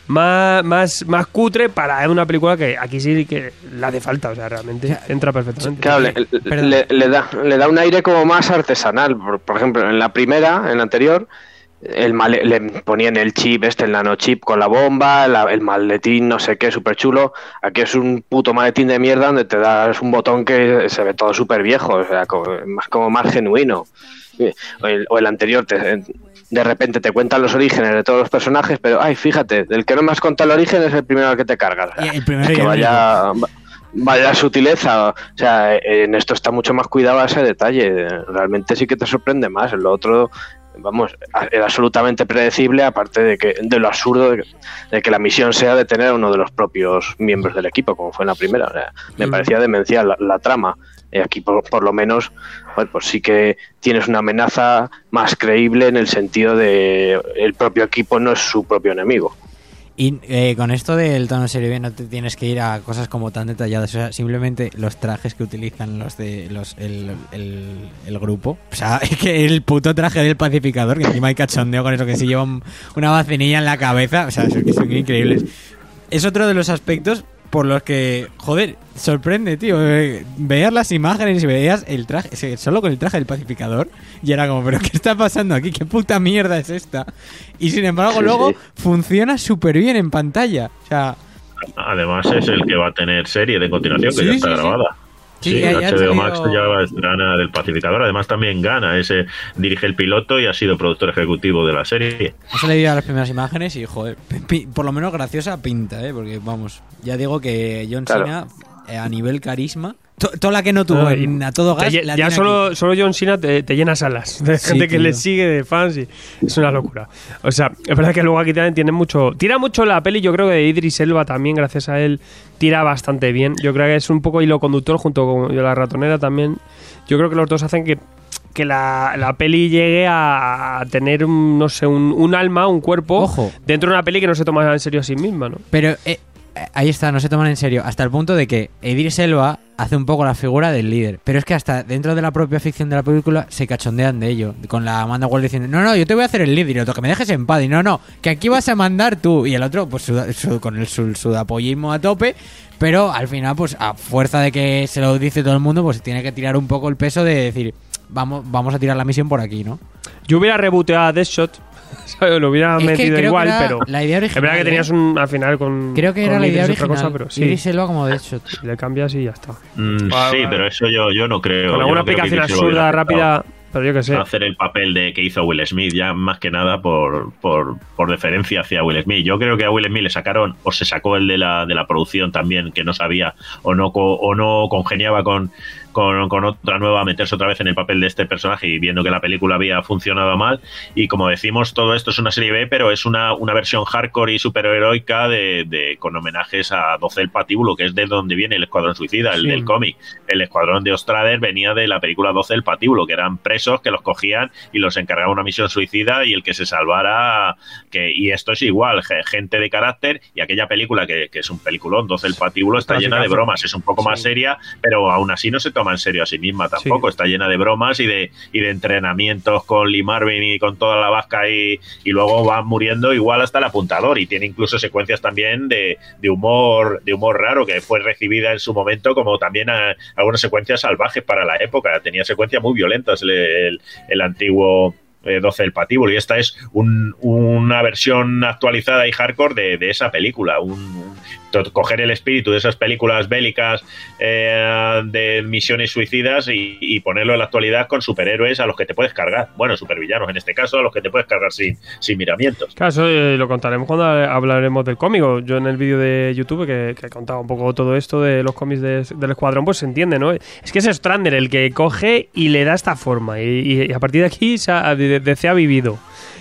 más cutre para una película que aquí sí que le hace falta, o sea, realmente entra perfectamente. Claro, le da un aire como más artesanal. Por ejemplo, en la anterior, le ponían el chip, el nanochip con la bomba, el maletín no sé qué, súper chulo. Aquí es un puto maletín de mierda donde te das un botón que se ve todo súper viejo, o sea, como más genuino. O el anterior, de repente te cuentan los orígenes de todos los personajes, pero ay, fíjate, del que no me has contado el origen es el primero al que te cargas. O sea, el primero es que vaya sutileza. O sea, en esto está mucho más cuidado ese detalle. Realmente sí que te sorprende más. En lo otro, vamos, era absolutamente predecible, aparte de lo absurdo de que la misión sea detener a uno de los propios miembros del equipo, como fue en la primera. O sea, me parecía demencial la trama. Aquí por lo menos, bueno, pues sí que tienes una amenaza más creíble en el sentido de el propio equipo no es su propio enemigo. Y con esto del tono serio B no te tienes que ir a cosas como tan detalladas, o sea, simplemente los trajes que utilizan el grupo, o sea, es que el puto traje del pacificador, que encima hay cachondeo con eso, que si lleva una vacinilla en la cabeza, o sea, que son increíbles. Es otro de los aspectos por los que, joder, sorprende, tío. Veías las imágenes y veías el traje, solo con el traje del pacificador, y era como, ¿pero qué está pasando aquí? ¿Qué puta mierda es esta? Y sin embargo, luego funciona súper bien en pantalla. O sea, además es el que va a tener serie de continuación, que ya está grabada. Sí, HBO Max ya gana del pacificador. Además también gana, dirige el piloto y ha sido productor ejecutivo de la serie. Eso le dio a las primeras imágenes y, joder, por lo menos graciosa pinta, porque vamos, ya digo que John Cena, a nivel carisma, toda la que no tuvo a todo gas, ya solo John Cena te llena salas de gente que le sigue, de fans, y es una locura. O sea, es verdad que luego aquí también tira mucho la peli. Yo creo que de Idris Elba también, gracias a él, tira bastante bien. Yo creo que es un poco hilo conductor junto con La Ratonera también. Yo creo que los dos hacen que la peli llegue a tener un alma, un cuerpo, dentro de una peli que no se toma en serio a sí misma, ¿no? Pero ahí está, no se toman en serio, hasta el punto de que Idris Elba hace un poco la figura del líder, pero es que hasta dentro de la propia ficción de la película se cachondean de ello, con la Amanda Waller diciendo, no, yo te voy a hacer el líder, y otro, que me dejes en paz, y no, que aquí vas a mandar tú, y el otro pues con el sudapollismo a tope, pero al final pues a fuerza de que se lo dice todo el mundo, pues tiene que tirar un poco el peso de decir, vamos a tirar la misión por aquí, ¿no? Yo hubiera reboteado a Deadshot. Lo hubiera metido igual, pero la idea original, es verdad que tenías al final con, creo que era la idea original, cosa, pero sí, Idris Elba como Deadshot. Le cambias y ya está. Sí, pero eso yo no creo. Con alguna aplicación absurda, rápida, pero yo qué sé. Hacer el papel de que hizo Will Smith, ya más que nada por deferencia hacia Will Smith. Yo creo que a Will Smith le sacaron, o se sacó el de la producción también, que no sabía o no congeniaba con otra nueva, meterse otra vez en el papel de este personaje, y viendo que la película había funcionado mal. Y como decimos, todo esto es una serie B, pero es una versión hardcore y superheroica con homenajes a 12 el Patíbulo, que es de donde viene el Escuadrón Suicida, el cómic. El Escuadrón de Ostrader venía de la película 12 el Patíbulo, que eran presos que los cogían y los encargaban una misión suicida, y el que se salvara, y esto es igual, gente de carácter. Y aquella película, que es un peliculón, 12 el Patíbulo, está llena de bromas, es un poco más seria, pero aún así no se toma en serio a sí misma tampoco. Está llena de bromas y de entrenamientos con Lee Marvin y con toda la vasca, y luego van muriendo igual hasta el apuntador, y tiene incluso secuencias también de humor raro, que fue recibida en su momento como también algunas secuencias salvajes para la época. Tenía secuencias muy violentas el antiguo 12 el Patíbulo, y esta es una versión actualizada y hardcore de esa película. Coger el espíritu de esas películas bélicas de misiones suicidas y ponerlo en la actualidad con superhéroes a los que te puedes cargar, bueno, supervillanos en este caso, a los que te puedes cargar sin miramientos. Claro, eso lo contaremos cuando hablaremos del cómic. Yo en el vídeo de YouTube que contaba un poco todo esto de los cómics del Escuadrón, pues se entiende, ¿no? Es que es Strander el que coge y le da esta forma, y a partir de aquí se ha vivido.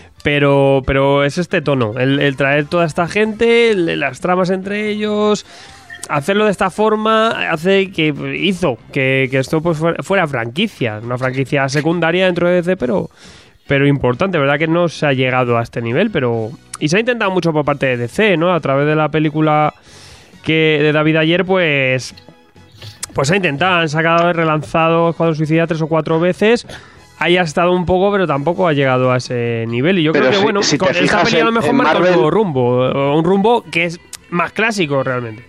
Pero es este tono, el traer toda esta gente, las tramas entre ellos, hacerlo de esta forma hizo que esto pues fuera franquicia, una franquicia secundaria dentro de DC, pero importante. Verdad que no se ha llegado a este nivel, y se ha intentado mucho por parte de DC, ¿no? A través de la película de David Ayer, pues ha intentado, han relanzado Escuadrón Suicida 3 o 4 veces. haya estado un poco, pero tampoco ha llegado a ese nivel. Y yo Pero creo que, si- bueno, si te con esta fijas película a lo mejor en marca un Marvel- nuevo rumbo. Un rumbo que es más clásico realmente.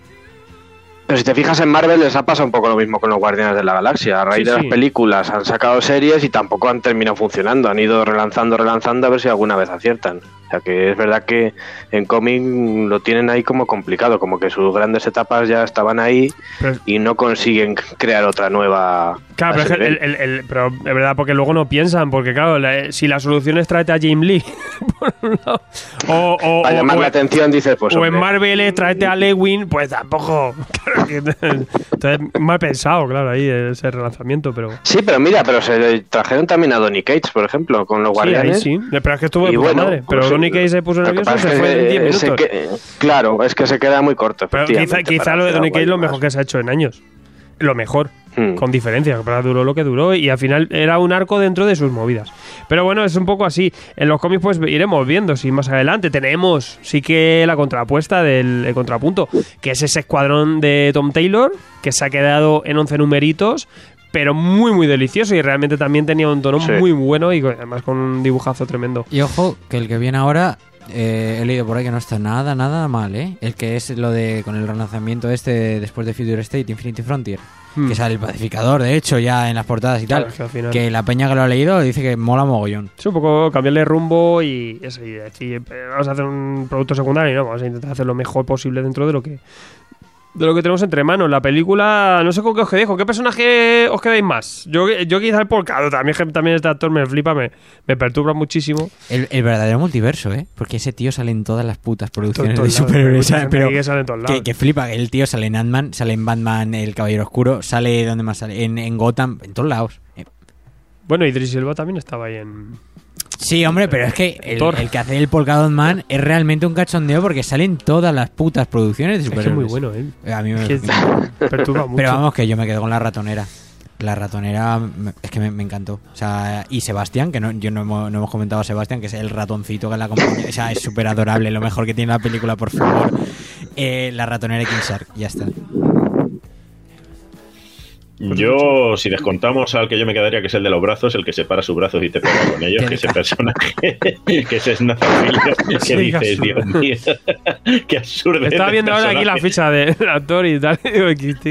Pero si te fijas en Marvel, les ha pasado un poco lo mismo con los Guardianes de la Galaxia. A raíz Sí, de sí. las películas han sacado series y tampoco han terminado funcionando. Han ido relanzando a ver si alguna vez aciertan. O sea que es verdad que en cómic lo tienen ahí como complicado, como que sus grandes etapas ya estaban ahí Pero- y no consiguen crear otra nueva. Claro, a pero, ese es que nivel. pero es verdad, porque luego no piensan, porque claro, si la solución es tráete a Jim Lee, por un lado, Para llamar la atención dices, pues o en hombre, Marvel es tráete a Lewin, pues tampoco. Claro que, entonces, mal pensado, claro, ahí ese relanzamiento, pero. Sí, pero mira, pero se trajeron también a Donny Cates, por ejemplo, con los Sí, Guardianes. ahí sí. Pero es que estuvo de Y puta bueno, madre. Pero pues, Donny Cage se puso lo que nervioso y pasa se es fue en 10 que minutos. claro, es que se queda muy corto. Pero quizá lo de Donny Cage es lo mejor que se ha hecho en años. Lo mejor, con diferencia. Pero duró lo que duró y al final era un arco dentro de sus movidas. Pero bueno, es un poco así. En los cómics pues iremos viendo si más adelante tenemos sí que la contrapuesta el contrapunto, que es ese escuadrón de Tom Taylor que se ha quedado en 11 numeritos, pero muy muy delicioso y realmente también tenía un tono Sí. muy bueno y además con un dibujazo tremendo. Y ojo, que el que viene ahora, he leído por ahí que no está nada mal, ¿eh? El que es lo de con el relanzamiento después de Future State, Infinity Frontier, que sale el pacificador, de hecho, ya en las portadas y Claro, tal. es que al final- Que la peña que lo ha leído dice que mola mogollón. Es un poco cambiarle rumbo y eso, y decir, vamos a hacer un producto secundario y no, vamos a intentar hacer lo mejor posible dentro de lo que tenemos entre manos. La película, no sé con qué os quedéis, ¿con qué personaje os quedáis más? Yo quizá el Polcado, también este actor me flipa, me perturba muchísimo. El verdadero multiverso, ¿eh? Porque ese tío sale en todas las putas producciones Todos de lados, superhéroes. mucha ¿sabes? gente Pero aquí que sale en todos lados. que flipa, que el tío sale en Ant-Man, sale en Batman, el Caballero Oscuro, sale donde más sale, en Gotham, en todos lados. Bueno, Idris Elba también estaba ahí en... Sí, hombre, pero es que Thor. el que hace el Polka Dot Man es realmente un cachondeo porque sale en todas las putas producciones de Es que es superhéroes. muy bueno, ¿eh? A mí me Es que perturba mucho. Pero vamos, que yo me quedo con la ratonera. La ratonera es que me encantó. O sea, y Sebastián, que no hemos comentado a Sebastián, que es el ratoncito que la acompaña. O sea, es súper adorable, lo mejor que tiene la película, por favor. La ratonera de King Shark, ya está. Yo, si descontamos al que yo me quedaría, que es el de los brazos, el que separa sus brazos y te pega con ellos, que ese personaje, que ese es Nathan Fillion, que Sí, dices, absurdo. Dios mío, qué absurdo. Estaba viendo ahora aquí la ficha del actor y tal. Y digo,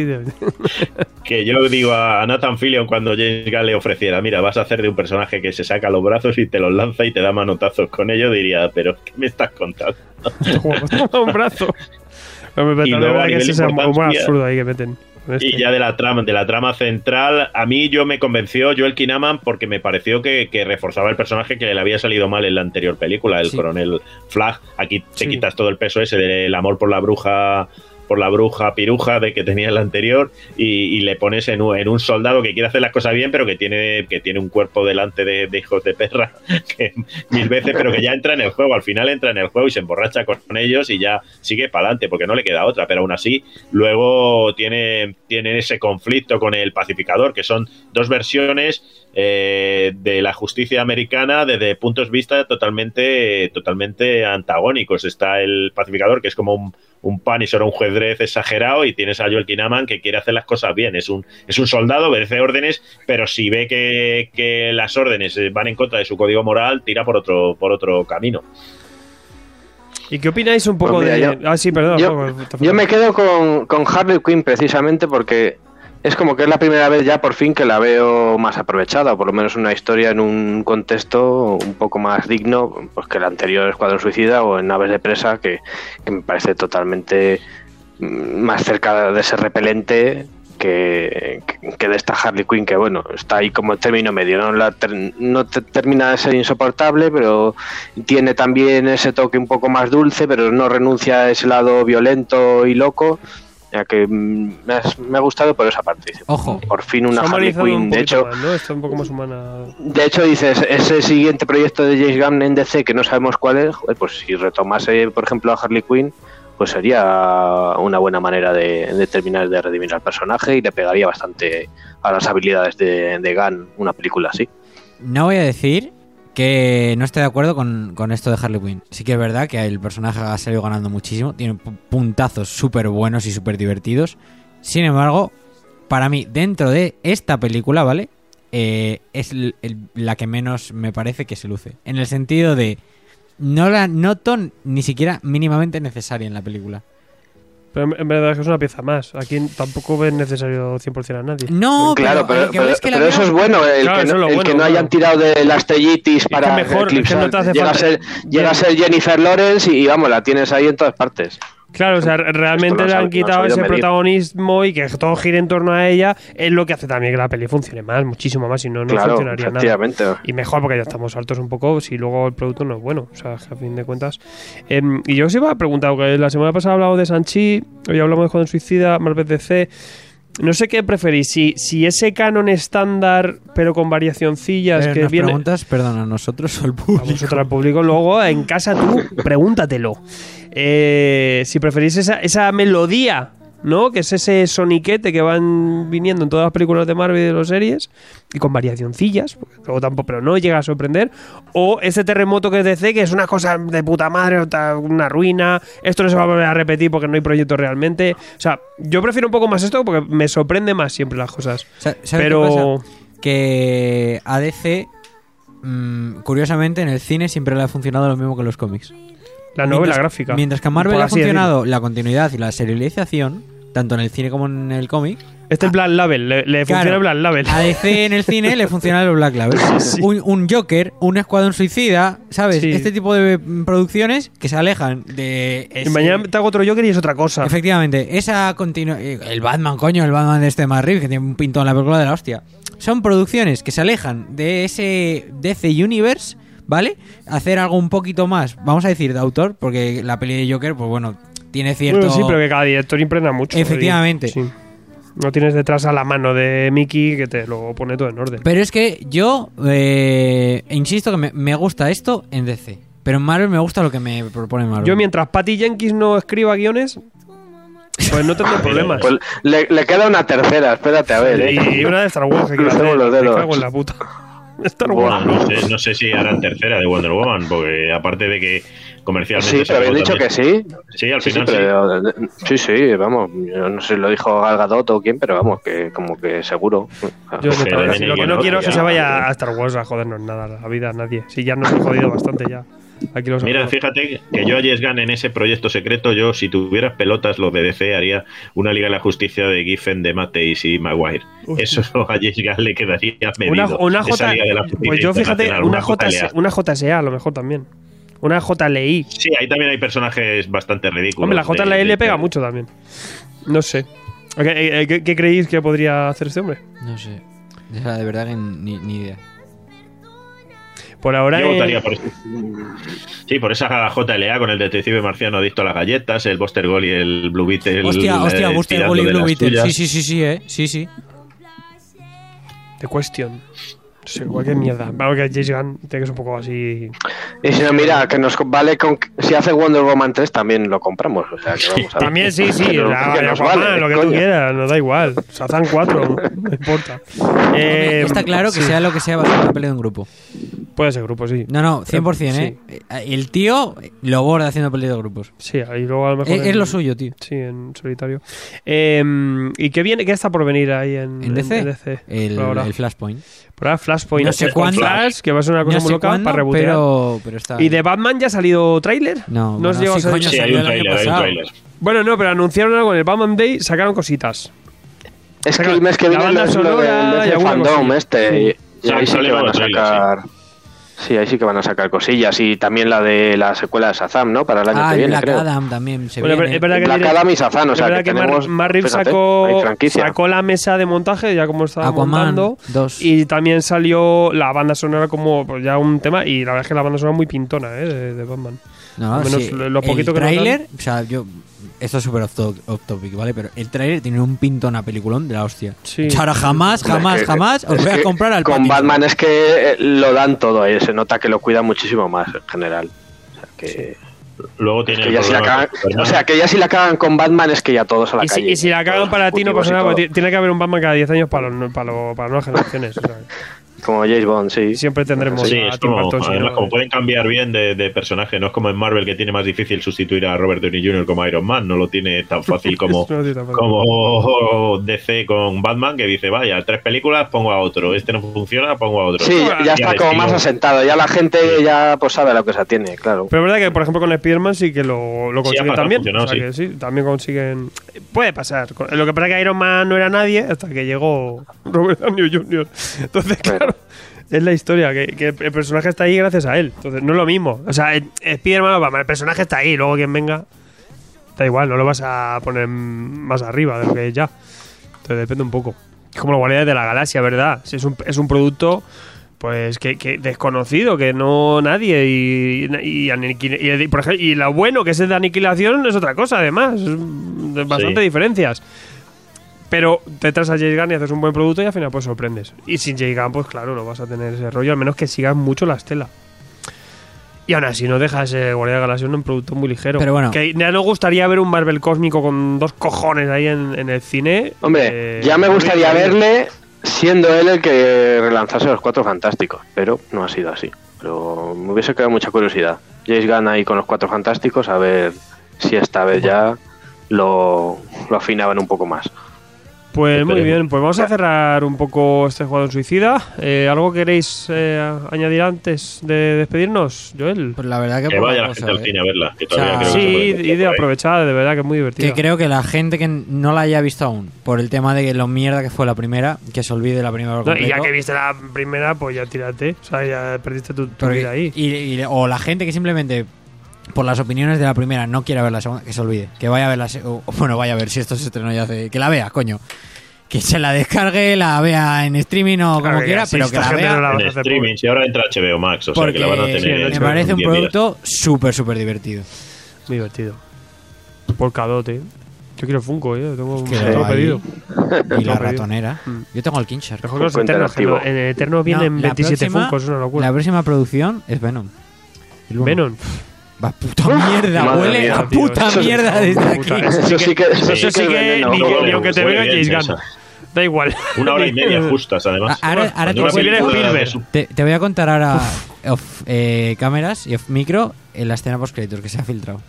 Que yo digo a Nathan Fillion cuando James Gunn le ofreciera, mira, vas a hacer de un personaje que se saca los brazos y te los lanza y te da manotazos con ellos, diría, pero ¿qué me estás contando? un brazo. Pero me Y de luego, verdad a que nivel es ese humor importancia- absurdo ahí que meten. con este. Y ya de la trama central, a mí me convenció Joel Kinnaman porque me pareció que reforzaba el personaje que le había salido mal en la anterior película, el Sí. coronel Flagg. Aquí te Sí. quitas todo el peso ese del amor por la bruja piruja de que tenía el anterior y le pones en un soldado que quiere hacer las cosas bien pero que tiene un cuerpo delante de hijos de perra que mil veces, pero que ya entra en el juego, al final entra en el juego y se emborracha con ellos y ya sigue para adelante porque no le queda otra, pero aún así luego tiene ese conflicto con el pacificador, que son dos versiones de la justicia americana desde puntos de vista totalmente antagónicos. Está el pacificador, que es como un Punisher o un juez exagerado, y tienes a Joel Kinnaman, que quiere hacer las cosas bien. Es un soldado, obedece órdenes, pero si ve que las órdenes van en contra de su código moral, tira por otro camino. ¿Y qué opináis un poco Pues mira, de...? Sí, perdón. Yo me quedo con Harley Quinn precisamente porque es como que es la primera vez ya por fin que la veo más aprovechada, o por lo menos una historia en un contexto un poco más digno pues que el anterior Escuadrón Suicida o en Naves de Presa, que me parece totalmente más cerca de ser repelente que de esta Harley Quinn, que bueno, está ahí como término medio, no termina de ser insoportable, pero tiene también ese toque un poco más dulce, pero no renuncia a ese lado violento y loco, ya que me ha gustado por esa parte. Ojo. Por fin una Harley Quinn. De hecho, ¿no? Está un poco más humana. de hecho, dices, ese siguiente proyecto de James Gunn en DC, que no sabemos cuál es, joder, pues si retomase, por ejemplo, a Harley Quinn, pues sería una buena manera de terminar de redimir al personaje y le pegaría bastante a las habilidades de Gunn una película así. No voy a decir que no estoy de acuerdo con esto de Harley Quinn. Sí que es verdad que el personaje ha salido ganando muchísimo, tiene puntazos súper buenos y súper divertidos. Sin embargo, para mí, dentro de esta película, ¿vale? es la que menos me parece que se luce. En el sentido de no la noto ni siquiera mínimamente necesaria en la película. Pero en verdad es que es una pieza más. Aquí tampoco ves necesario 100% a nadie. No, Claro, pero eso es bueno, Claro, eso es lo el bueno, que no claro. hayan tirado de las tellitis para mejor, es que eclipsar. no te hace llega, falta- a ser Jennifer Lawrence y vamos, la tienes ahí en todas partes. Claro, o sea, realmente Esto no le sabe- han no quitado sabe ese medir. protagonismo y que todo gire en torno a ella. Es lo que hace también que la peli funcione más, muchísimo más. Si no, no Claro, funcionaría nada. efectivamente. Y mejor porque ya estamos altos un poco si luego el producto no es bueno. O sea, que a fin de cuentas. Y yo os iba a preguntar, que la semana pasada hablamos de Shang-Chi, hoy hablamos de Escuadrón Suicida, Marvel DC. No sé qué preferís, si ese canon estándar, pero con variacioncillas que nos viene. preguntas, perdón, a nosotros o al A público. vosotros al público, luego en casa tú pregúntatelo. Si preferís esa melodía, ¿no? Que es ese soniquete que van viniendo en todas las películas de Marvel y de las series, y con variacioncillas, porque luego tampoco, pero no llega a sorprender. O ese terremoto que es DC, que es una cosa de puta madre, una ruina, esto no se va a volver a repetir porque no hay proyecto realmente. O sea, yo prefiero un poco más esto porque me sorprende más siempre las cosas. ¿Sabes Pero qué pasa? Que a DC, curiosamente, en el cine siempre le ha funcionado lo mismo que en los cómics. la novela Mientras- gráfica. Mientras que a Marvel por le ha así funcionado la continuidad y la serialización, tanto en el cine como en el cómic. Este es Black Label, le funciona el Black Label. A DC en el cine le funciona el Black Label. Sí. Un Joker, un Escuadrón Suicida, ¿sabes? Sí. Este tipo de producciones que se alejan de... Y mañana te hago otro Joker y es otra cosa. Efectivamente, esa el Batman, coño, el Batman de este Matt Reeves, que tiene un pintón en la película de la hostia. Son producciones que se alejan de ese DC Universe, ¿vale? Hacer algo un poquito más, vamos a decir, de autor, porque la peli de Joker, pues bueno, tiene cierto... Bueno, sí, pero que cada director impregna mucho. Efectivamente. Sí. No tienes detrás a la mano de Mickey que te lo pone todo en orden. Pero es que yo insisto que me gusta esto en DC. Pero en Marvel me gusta lo que me propone Marvel. Yo, mientras Patty Jenkins no escriba guiones, pues no tendré problemas. Pues le queda una tercera, espérate a ver. Y una de Star Wars que quiero Crucemos hacer. los Me dedos. cago en la puta. Star Wars. Bueno, no sé si harán tercera de Wonder Woman, porque aparte de que comercialmente... Sí, se pero habían acabó dicho que también. sí. Sí, al Sí, final sí, vamos, yo no sé si lo dijo Gal Gadot o quién, pero vamos, que como que seguro. Yo Pues lo que que no, no quiero es que ya, se vaya a Star Wars a jodernos nada la vida, nadie. Si ya nos han jodido bastante ya. Aquí los Mira, hacemos. fíjate que yo a James Gunn en ese proyecto secreto, yo si tuviera pelotas los de DC haría una Liga de la Justicia de Giffen, de Matthews y Maguire. Eso a James Gunn le quedaría medido. Una Esa J, Liga de la Justicia pues yo fíjate, internacional, una JSA a lo mejor también. Una JLI. Sí, ahí también hay personajes bastante ridículos. Hombre, la JLI le pega mucho también. No sé. ¿Qué creéis que podría hacer este hombre? No sé. O sea, de verdad que ni idea. Por ahora. Yo votaría por eso. Sí, por esa JLA con el detective marciano adicto a las galletas, el Buster Gold y el Blue Beetle. Hostia, Buster tirando Gold y de Blue las Beetle. suyas. Sí. The Question. No sé, cualquier mierda. Vamos, que James Gunn tiene que ser un poco así. Y si no, mira, que nos vale con. Si hace Wonder Woman 3 también lo compramos. O sea, que vamos a ver. También sí. Que nos- la- que la nos Aquaman, vale, lo que coño. tú quieras, nos da igual. Shazam 4, no importa. Está claro que sí. sea lo que sea, va a ser una pelea de un grupo. Puede ser grupo, sí. No, 100%, Sí. El tío lo borda haciendo pelea de grupos. Sí, ahí luego a lo mejor. Es lo suyo, tío. Sí, en solitario. ¿Y qué viene? ¿Qué está por venir ahí en DC, por ahora? el Flashpoint. Por ahora Flashpoint. No sé con cuándo. Flash, que va a ser una cosa No muy sé loca cuándo, para rebotear. pero está... ¿Y de Batman ya ha salido tráiler? No, os bueno, llegó a sí, salir- coño, Sí, hay salió un el año trailer, hay un pasado. trailer. Bueno, no, pero anunciaron algo en el Batman Day, sacaron cositas. Es que el mes que La viene banda es lo sonora del y alguna fandom cosilla. este. Y Sí, ahí sí sale que van a nuevo trailer, sacar. Sí, ahí sí que van a sacar cosillas. Y también la de la secuela de Shazam, ¿no? Para el año que el viene, Black creo. Adam también se Bueno, viene. es verdad que Black direct- Adam y Shazam, o es sea, verdad que que tenemos. Matt Reeves fíjate, hay franquicia. sacó la mesa de montaje, ya como estaba Aquaman montando. 2. Y también salió la banda sonora como pues, ya un tema. Y la verdad es que la banda sonora es muy pintona, de Batman. No, al menos sí, lo poquito el que nos tráiler, o sea, yo... Esto es súper off topic, ¿vale? Pero el tráiler tiene un pintón a peliculón de la hostia. Sí. O sea, ahora jamás Es os voy a que comprar al Con Pattinson. Batman es que lo dan todo ahí. Se nota que lo cuidan muchísimo más en general. O sea, que. Luego tiene Que el ya si la problema cagan, con Superman. o sea, que ya si la cagan con Batman es que ya todos a la Y calle. si la cagan Todos para ti no ejecutivos pasa y nada, todo. porque tiene que haber un Batman cada 10 años para nuevas generaciones. O sea, Como James Bond, sí. Siempre tendremos Sí, a es Tim como, Burton, además, ¿no? como pueden cambiar bien de personaje, no es como en Marvel que tiene más difícil sustituir a Robert Downey Jr. como Iron Man, no lo tiene tan fácil como, No tiene tan fácil. como DC con Batman, que dice, vaya, 3 películas pongo a otro, este no funciona, pongo a otro. Sí, ya está al como estilo- más asentado. Ya la gente ya pues sabe a lo que se atiene, claro. Pero es verdad que, por ejemplo, con Spider-Man sí que lo Sí, consiguen ha también. funcionado, O sea sí. que sí, también consiguen. Puede pasar. Lo que pasa es que Iron Man no era nadie hasta que llegó Robert Downey Jr. Entonces, claro, es la historia, que el personaje está ahí gracias a él. Entonces, no es lo mismo. O sea, Spider-Man, el personaje está ahí, luego quien venga, da igual, no lo vas a poner más arriba de lo que es ya. Entonces, depende un poco. Es como los Guardianes de la Galaxia, ¿verdad? Si es un producto. Pues que desconocido, que no nadie. Por ejemplo, y lo bueno que es el de Aniquilación es otra cosa, además. Es bastante Sí. diferencias. Pero te traes a James Gunn y haces un buen producto y al final pues sorprendes. Y sin James Gunn, pues claro, no vas a tener ese rollo, al menos que sigas mucho la estela. Y aún así no dejas Guardián de la Galaxia en un producto muy ligero. Pero bueno. Que ya nos gustaría ver un Marvel cósmico con 2 cojones ahí en el cine. Hombre, ya me gustaría verle siendo él el que relanzase los Cuatro Fantásticos, pero no ha sido así. Pero me hubiese quedado mucha curiosidad. James Gunn ahí con los Cuatro Fantásticos, a ver si esta vez ya lo afinaban un poco más. Pues muy Esperemos. bien, pues vamos a cerrar un poco este Escuadrón Suicida. ¿Algo queréis añadir antes de despedirnos, Joel? Pues la verdad que Que poca vaya la cosa, gente al ¿eh? cine a verla, que O sea, todavía creo que se Sí, puede y encontrar de por ahí. aprovechar, de verdad que es muy divertido. Que creo que la gente que no la haya visto aún, por el tema de lo mierda que fue la primera, que se olvide la primera por No, y ya completo. que viste la primera, pues ya tírate. O sea, ya perdiste tu Porque- vida ahí. o la gente que simplemente por las opiniones de la primera no quiere ver la segunda, que se olvide, que vaya a ver bueno, vaya a ver si esto se estrenó ya hace, que la vea, coño, que se la descargue, la vea en streaming o Claro como que quiera, así pero que esta la gente vea, no la vas a En hacer streaming, pobre. si ahora entra HBO Max, o sea porque que la van a tener. sí, en me HBO. parece un 10 días. producto súper divertido. Muy divertido. Por cadote. Yo quiero Funko, tengo Que todo lo hay. pedido. Y la pedido. ratonera. Mm. Yo tengo el Kinshar. Mejor que los Funko Eternos. Que interactivo. en el Eterno vienen No, la 27 próxima- Funkos, es una locura. La próxima producción es Venom. El uno. Venom. Va, puta mierda, madre huele mía, a tío. puta Eso- mierda desde puta, aquí. Eso sí que Eso sí que veneno. ni aunque te Huele venga bien, James Gunn. esa. Da igual. 1 hora y media justas, además. Ahora te Cuando una si viene película Spielberg. de su- Te voy a contar ahora off cámaras y off micro en la escena post créditos que se ha filtrado.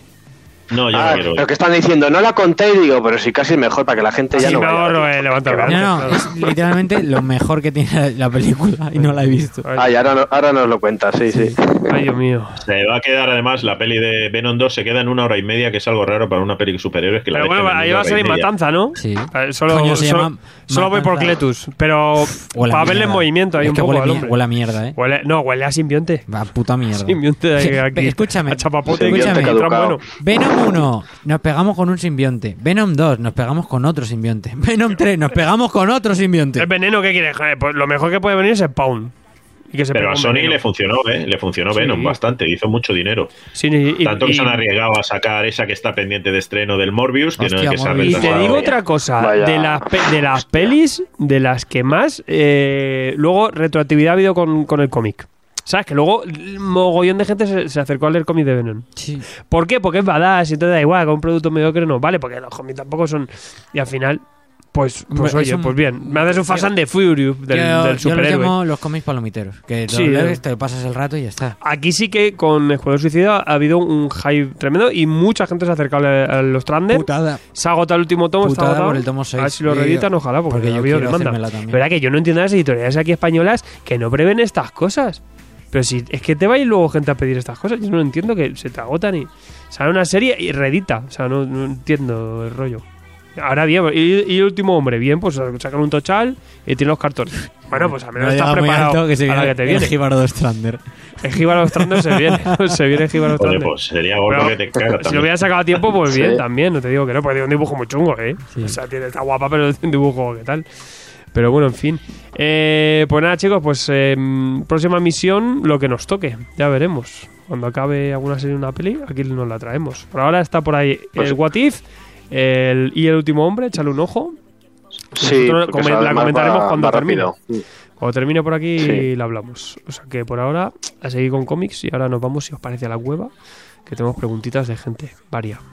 No, yo no quiero. Lo que están diciendo, no la conté y digo, pero sí casi es mejor para que la gente ya Sí, no me vaya. ahorro levantar No, no, es literalmente lo mejor que tiene la película y no la he visto. Ay, ahora nos lo cuentas, sí, sí. Ay, Dios mío. Se va a quedar además la peli de Venom 2, se queda en 1 hora y media, que es algo raro para una peli de superhéroes que la Pero dejen bueno, en ahí 1 va a hora y salir media. Matanza, ¿no? Sí. Solo, Coño, se solo- llama solo voy por Matanza. Cletus. Pero Huele a para verle en mierda. movimiento ahí Es un que poco huele, al hombre. huele a mierda, ¿eh? Huele a simbionte. Va, puta mierda. Simbionte de aquí. Escúchame. A chapapote Simbionte que entra caducado. bueno. Venom 1, nos pegamos con un simbionte. Venom 2, nos pegamos con otro simbionte. Venom 3, nos pegamos con otro simbionte. ¿El veneno qué quieres? Joder, pues lo mejor que puede venir es Spawn. Y que se Pero pegue a un Sony veneno. le funcionó, ¿eh? Le funcionó Sí. Venom bastante, hizo mucho dinero. Sí, Tanto que se han arriesgado a sacar esa que está pendiente de estreno del Morbius, que no Hostia, que se ha Morbius. Y te retrasado. digo otra cosa, Vaya. de las pelis, de las que más luego retroactividad ha habido con el cómic. ¿Sabes? Que luego mogollón de gente se acercó a leer cómics de Venom. Sí. ¿Por qué? Porque es badass y entonces da igual, con un producto mediocre no vale, porque los cómics tampoco son... Y al final, pues Es oye, un- pues bien. Me haces un Fast and the Furious del Yo los superhéroe. llamo los cómics palomiteros. Que Sí, lo lees, te pasas el rato y ya está. Aquí sí que con Escuadrón Suicida ha habido un hype tremendo y mucha gente se ha acercado a los Trander. Putada. Se ha agotado el último tomo, está Putada agotado. por el tomo 6. A ver si lo Y- reeditan, ojalá, porque, yo ha habido quiero demanda. hacérmela también. Verdad que yo no entiendo a las editoriales aquí españolas que no prevén estas cosas. Pero si es que te va a ir luego gente a pedir estas cosas, yo no entiendo que se te agotan y sale una serie y reedita. O sea, no entiendo el rollo. Ahora bien, y el último hombre, bien, pues sacan un tochal y tiene los cartones. Bueno, pues al menos No estás llega muy preparado alto que se a la viene que te el viene. Jíbaro Strander. El Jíbaro Strander se viene. Se viene el Jíbaro Joder, Strander. pues sería gordo Pero que te caga si lo también. hubiera sacado a tiempo, pues Sí. bien, también. No te digo que no, porque tiene un dibujo muy chungo, ¿eh? Sí. O sea, está guapa, pero es un dibujo, ¿qué tal? Pero bueno, en fin. Pues nada, chicos, pues próxima misión, lo que nos toque. Ya veremos. Cuando acabe alguna serie o una peli, aquí nos la traemos. Por ahora está por ahí Pues- el What If y el último hombre, échale un ojo. Sí, Nosotros porque la además comentaremos va cuando termine. rápido. Cuando termine por aquí Sí. la hablamos. O sea que por ahora a seguir con cómics y ahora nos vamos, si os parece, a la cueva, que tenemos preguntitas de gente varia.